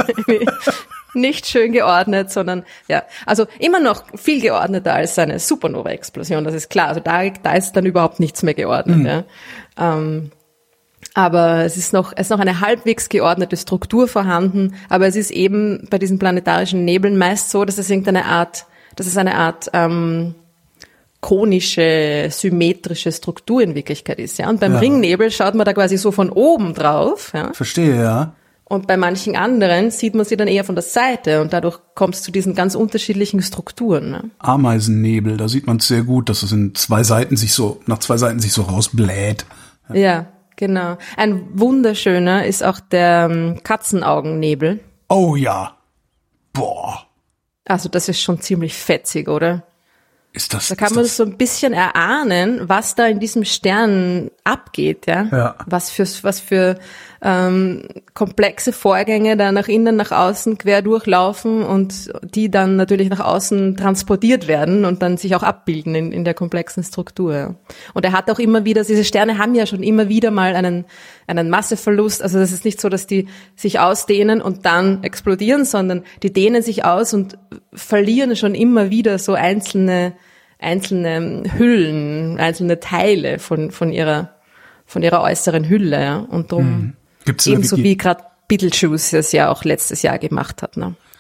Nicht schön geordnet, sondern ja, also immer noch viel geordneter als eine Supernova-Explosion, das ist klar. Also da, da ist dann überhaupt nichts mehr geordnet. Mhm. Ja. Ähm, aber es ist noch, es ist noch eine halbwegs geordnete Struktur vorhanden. Aber es ist eben bei diesen planetarischen Nebeln meist so, dass es irgendeine Art, dass es eine Art ähm, konische, symmetrische Struktur in Wirklichkeit ist. Ja. Und beim ja. Ringnebel schaut man da quasi so von oben drauf. Ja. Verstehe, ja. Und bei manchen anderen sieht man sie dann eher von der Seite und dadurch kommt es zu diesen ganz unterschiedlichen Strukturen. Ne? Ameisennebel, da sieht man es sehr gut, dass es in zwei Seiten sich so, nach zwei Seiten sich so rausbläht. Ja, ja genau. Ein wunderschöner ist auch der ähm, Katzenaugennebel. Oh ja. Boah. Also das ist schon ziemlich fetzig, oder? Ist das, da kann ist man das so ein bisschen erahnen, was da in diesem Stern abgeht, ja. ja. Was für, was für ähm, komplexe Vorgänge da nach innen, nach außen quer durchlaufen und die dann natürlich nach außen transportiert werden und dann sich auch abbilden in, in der komplexen Struktur. Ja. Und er hat auch immer wieder, diese Sterne haben ja schon immer wieder mal einen, einen Masseverlust. Also das ist nicht so, dass die sich ausdehnen und dann explodieren, sondern die dehnen sich aus und verlieren schon immer wieder so einzelne einzelne Hüllen, einzelne Teile von von ihrer von ihrer äußeren Hülle, ja. Und drum hm. Gibt's ebenso wie gerade Beetlejuice es ja auch letztes Jahr gemacht hat, ne?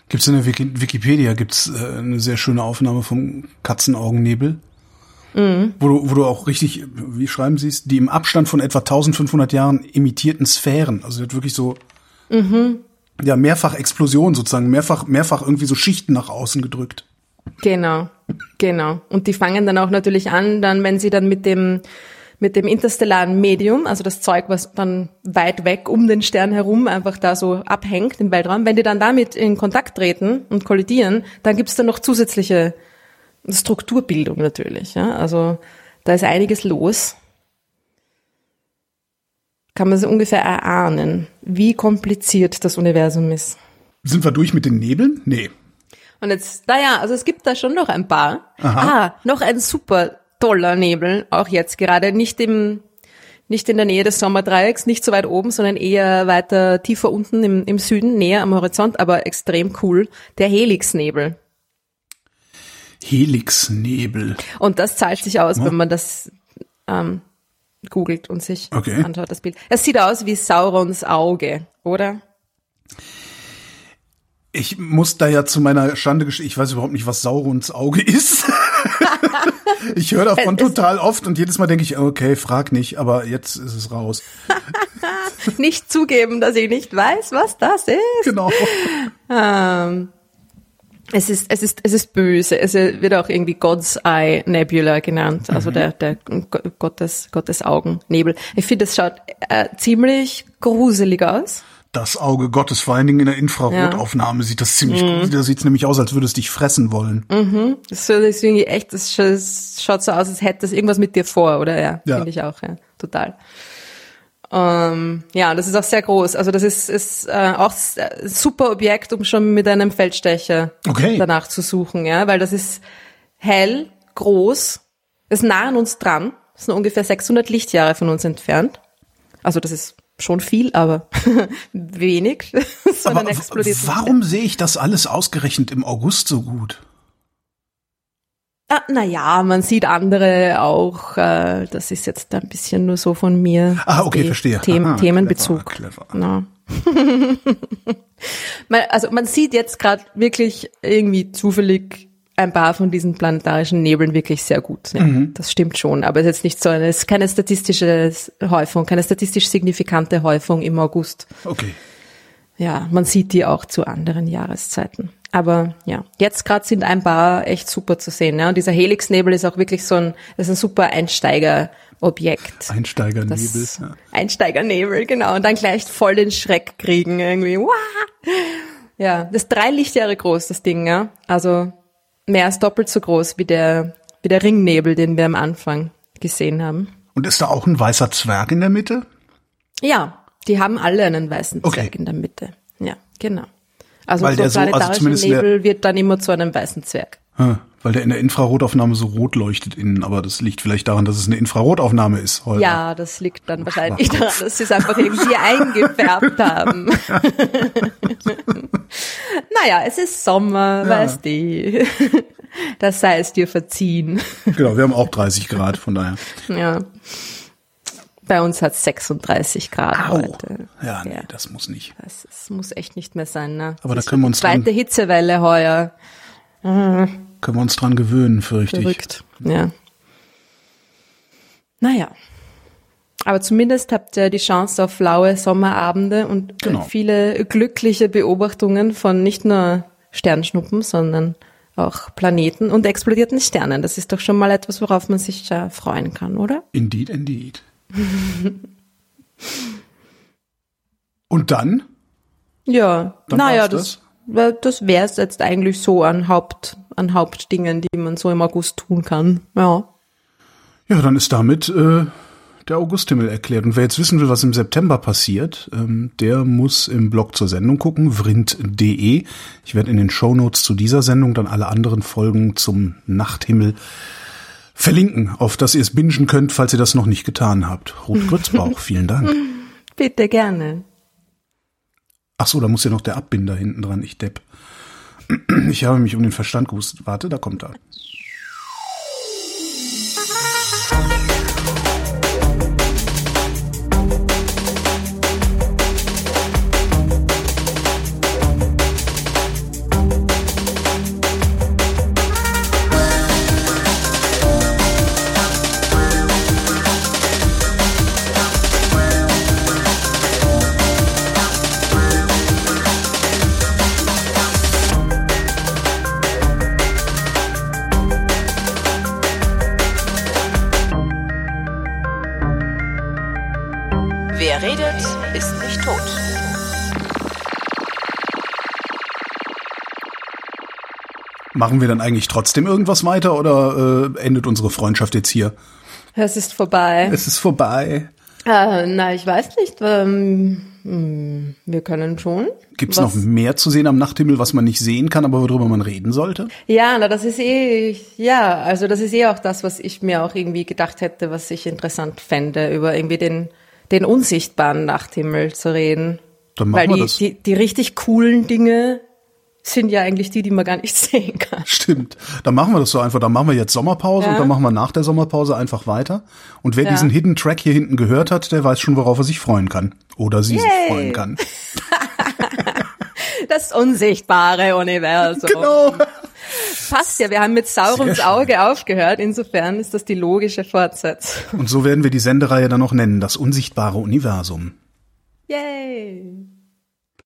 Gibt's in der Wiki- Wikipedia gibt's äh, eine sehr schöne Aufnahme vom Katzenaugennebel, mhm. wo du, wo du auch richtig, wie schreiben sie es, die im Abstand von etwa eintausendfünfhundert Jahren imitierten Sphären, also die hat wirklich so, mhm. ja, mehrfach Explosion sozusagen, mehrfach, mehrfach irgendwie so Schichten nach außen gedrückt. Genau, genau. Und die fangen dann auch natürlich an, dann, wenn sie dann mit dem mit dem interstellaren Medium, also das Zeug, was dann weit weg um den Stern herum einfach da so abhängt im Weltraum, wenn die dann damit in Kontakt treten und kollidieren, dann gibt's dann noch zusätzliche Strukturbildung natürlich. Ja? Also da ist einiges los. Kann man so ungefähr erahnen, wie kompliziert das Universum ist. Sind wir durch mit den Nebeln? Nee. Und jetzt, naja, also es gibt da schon noch ein paar. Aha. Ah, noch ein super toller Nebel, auch jetzt gerade, nicht im, nicht in der Nähe des Sommerdreiecks, nicht so weit oben, sondern eher weiter tiefer unten im, im Süden, näher am Horizont, aber extrem cool, der Helixnebel. Helixnebel. Und das zahlt sich aus, ja. wenn man das ähm, googelt und sich okay. anschaut, das Bild. Es sieht aus wie Saurons Auge, oder? Ich muss da ja zu meiner Schande gestehen, ich weiß überhaupt nicht, was Saurons Auge ist. Ich höre davon total oft und jedes Mal denke ich, okay, frag nicht, aber jetzt ist es raus. Nicht zugeben, dass ich nicht weiß, was das ist. Genau. Ähm, es ist, es ist, es ist böse. Es wird auch irgendwie God's Eye Nebula genannt, also mhm. der, der Gottes, Gottes Augennebel. Ich finde, es schaut äh, ziemlich gruselig aus. Das Auge Gottes, vor allen Dingen in der Infrarotaufnahme ja. sieht das ziemlich mhm. gut. Da sieht es nämlich aus, als würde es dich fressen wollen. Mhm. Das ist irgendwie echt, das schaut so aus, als hätte es irgendwas mit dir vor, oder? Ja, ja. Finde ich auch, ja, total. Ähm, ja, das ist auch sehr groß. Also das ist, ist äh, auch ein super Objekt, um schon mit einem Feldstecher okay. danach zu suchen, ja, weil das ist hell, groß, ist nah an uns dran, ist nur ungefähr sechshundert Lichtjahre von uns entfernt. Also das ist schon viel, aber wenig. Aber w- warum sehe ich das alles ausgerechnet im August so gut? Ah, naja, man sieht andere auch, äh, das ist jetzt ein bisschen nur so von mir. Ah, okay, verstehe. The- Aha, Themenbezug. Clever, clever. No. man, also man sieht jetzt gerade wirklich irgendwie zufällig ein paar von diesen planetarischen Nebeln wirklich sehr gut. Ja, mhm. Das stimmt schon, aber es ist jetzt nicht so eine, es ist keine statistische Häufung, keine statistisch signifikante Häufung im August. Okay. Ja, man sieht die auch zu anderen Jahreszeiten. Aber ja, jetzt gerade sind ein paar echt super zu sehen. Ja. Und dieser Helixnebel ist auch wirklich so ein, das ist ein super Einsteigerobjekt. Einsteigernebel. Das, ja. Einsteigernebel, genau. Und dann gleich voll den Schreck kriegen irgendwie. Wah! Ja, das ist drei Lichtjahre groß, das Ding, ja. Also mehr als doppelt so groß wie der, wie der Ringnebel, den wir am Anfang gesehen haben. Und ist da auch ein weißer Zwerg in der Mitte? Ja, die haben alle einen weißen okay. Zwerg in der Mitte. Ja, genau. Also weil so der so, planetarischer also Nebel der, wird dann immer zu einem weißen Zwerg. Hm, weil der in der Infrarotaufnahme so rot leuchtet innen, aber das liegt vielleicht daran, dass es eine Infrarotaufnahme ist. Holger. Ja, das liegt dann wahrscheinlich Ach, daran, dass sie es einfach irgendwie eingefärbt haben. Naja, es ist Sommer, ja. Weißt du. Das sei es dir verziehen. Genau, wir haben auch dreißig Grad, von daher. Ja. Bei uns hat es sechsunddreißig Grad Au. heute. Ja, nee, ja. Das muss nicht. Das, das muss echt nicht mehr sein, ne? Aber das da können wir uns zweite dran, Hitzewelle heuer. Mhm. Können wir uns dran gewöhnen, fürchte ich. Verrückt, ja. Naja. Aber zumindest habt ihr die Chance auf laue Sommerabende und genau. viele glückliche Beobachtungen von nicht nur Sternschnuppen, sondern auch Planeten und explodierten Sternen. Das ist doch schon mal etwas, worauf man sich äh, freuen kann, oder? Indeed, indeed. Und dann? Ja, dann naja, das, das, das wäre es jetzt eigentlich so an Haupt, an Hauptdingen, die man so im August tun kann. Ja. Ja, dann ist damit äh, der Augusthimmel erklärt. Und wer jetzt wissen will, was im September passiert, ähm, der muss im Blog zur Sendung gucken, vrind punkt de. Ich werde in den Shownotes zu dieser Sendung dann alle anderen Folgen zum Nachthimmel verlinken, auf dass ihr es bingen könnt, falls ihr das noch nicht getan habt. Ruth Grützbauch, vielen Dank. Bitte, gerne. Ach so, da muss ja noch der Abbinder hinten dran, ich Depp. Ich habe mich um den Verstand gehustet. Warte, da kommt er. tot. Machen wir dann eigentlich trotzdem irgendwas weiter oder äh, endet unsere Freundschaft jetzt hier? Es ist vorbei. Es ist vorbei. Äh, na, ich weiß nicht. Ähm, wir können schon. Gibt es noch mehr zu sehen am Nachthimmel, was man nicht sehen kann, aber worüber man reden sollte? Ja, na, das ist eh, ja, also das ist eh auch das, was ich mir auch irgendwie gedacht hätte, was ich interessant fände, über irgendwie den, den unsichtbaren Nachthimmel zu reden. Dann machen Weil wir die, das. die, die richtig coolen Dinge sind ja eigentlich die, die man gar nicht sehen kann. Stimmt. Dann machen wir das so einfach. Dann machen wir jetzt Sommerpause Ja. und dann machen wir nach der Sommerpause einfach weiter. Und wer Ja. diesen Hidden Track hier hinten gehört hat, der weiß schon, worauf er sich freuen kann. Oder sie Yay. sich freuen kann. Das unsichtbare Universum. Genau. Passt ja, wir haben mit Saurons Sehr schön. Auge aufgehört. Insofern ist das die logische Fortsetzung. Und so werden wir die Sendereihe dann noch nennen. Das unsichtbare Universum. Yay!